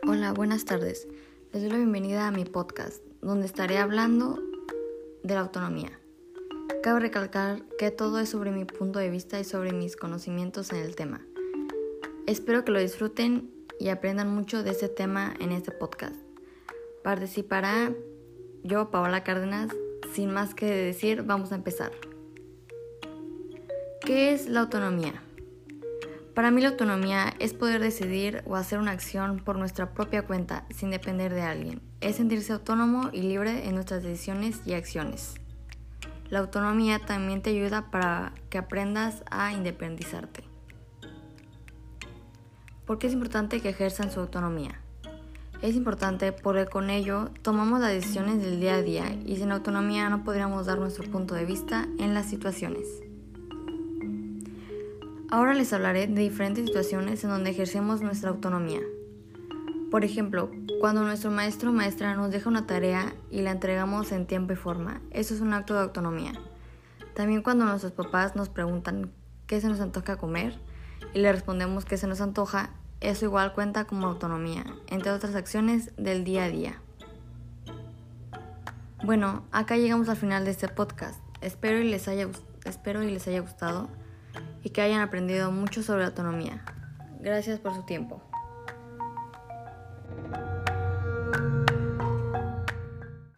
Hola, buenas tardes. Les doy la bienvenida a mi podcast, donde estaré hablando de la autonomía. Cabe recalcar que todo es sobre mi punto de vista y sobre mis conocimientos en el tema. Espero que lo disfruten y aprendan mucho de este tema en este podcast. Participará yo, Paola Cárdenas. Sin más que decir, vamos a empezar. ¿Qué es la autonomía? Para mí la autonomía es poder decidir o hacer una acción por nuestra propia cuenta sin depender de alguien. Es sentirse autónomo y libre en nuestras decisiones y acciones. La autonomía también te ayuda para que aprendas a independizarte. ¿Por qué es importante que ejerzan su autonomía? Es importante porque con ello tomamos las decisiones del día a día y sin autonomía no podríamos dar nuestro punto de vista en las situaciones. Ahora les hablaré de diferentes situaciones en donde ejercemos nuestra autonomía. Por ejemplo, cuando nuestro maestro o maestra nos deja una tarea y la entregamos en tiempo y forma, eso es un acto de autonomía. También cuando nuestros papás nos preguntan qué se nos antoja comer y le respondemos que se nos antoja, eso igual cuenta como autonomía, entre otras acciones del día a día. Bueno, acá llegamos al final de este podcast. Espero y les haya gustado y que hayan aprendido mucho sobre autonomía. Gracias por su tiempo.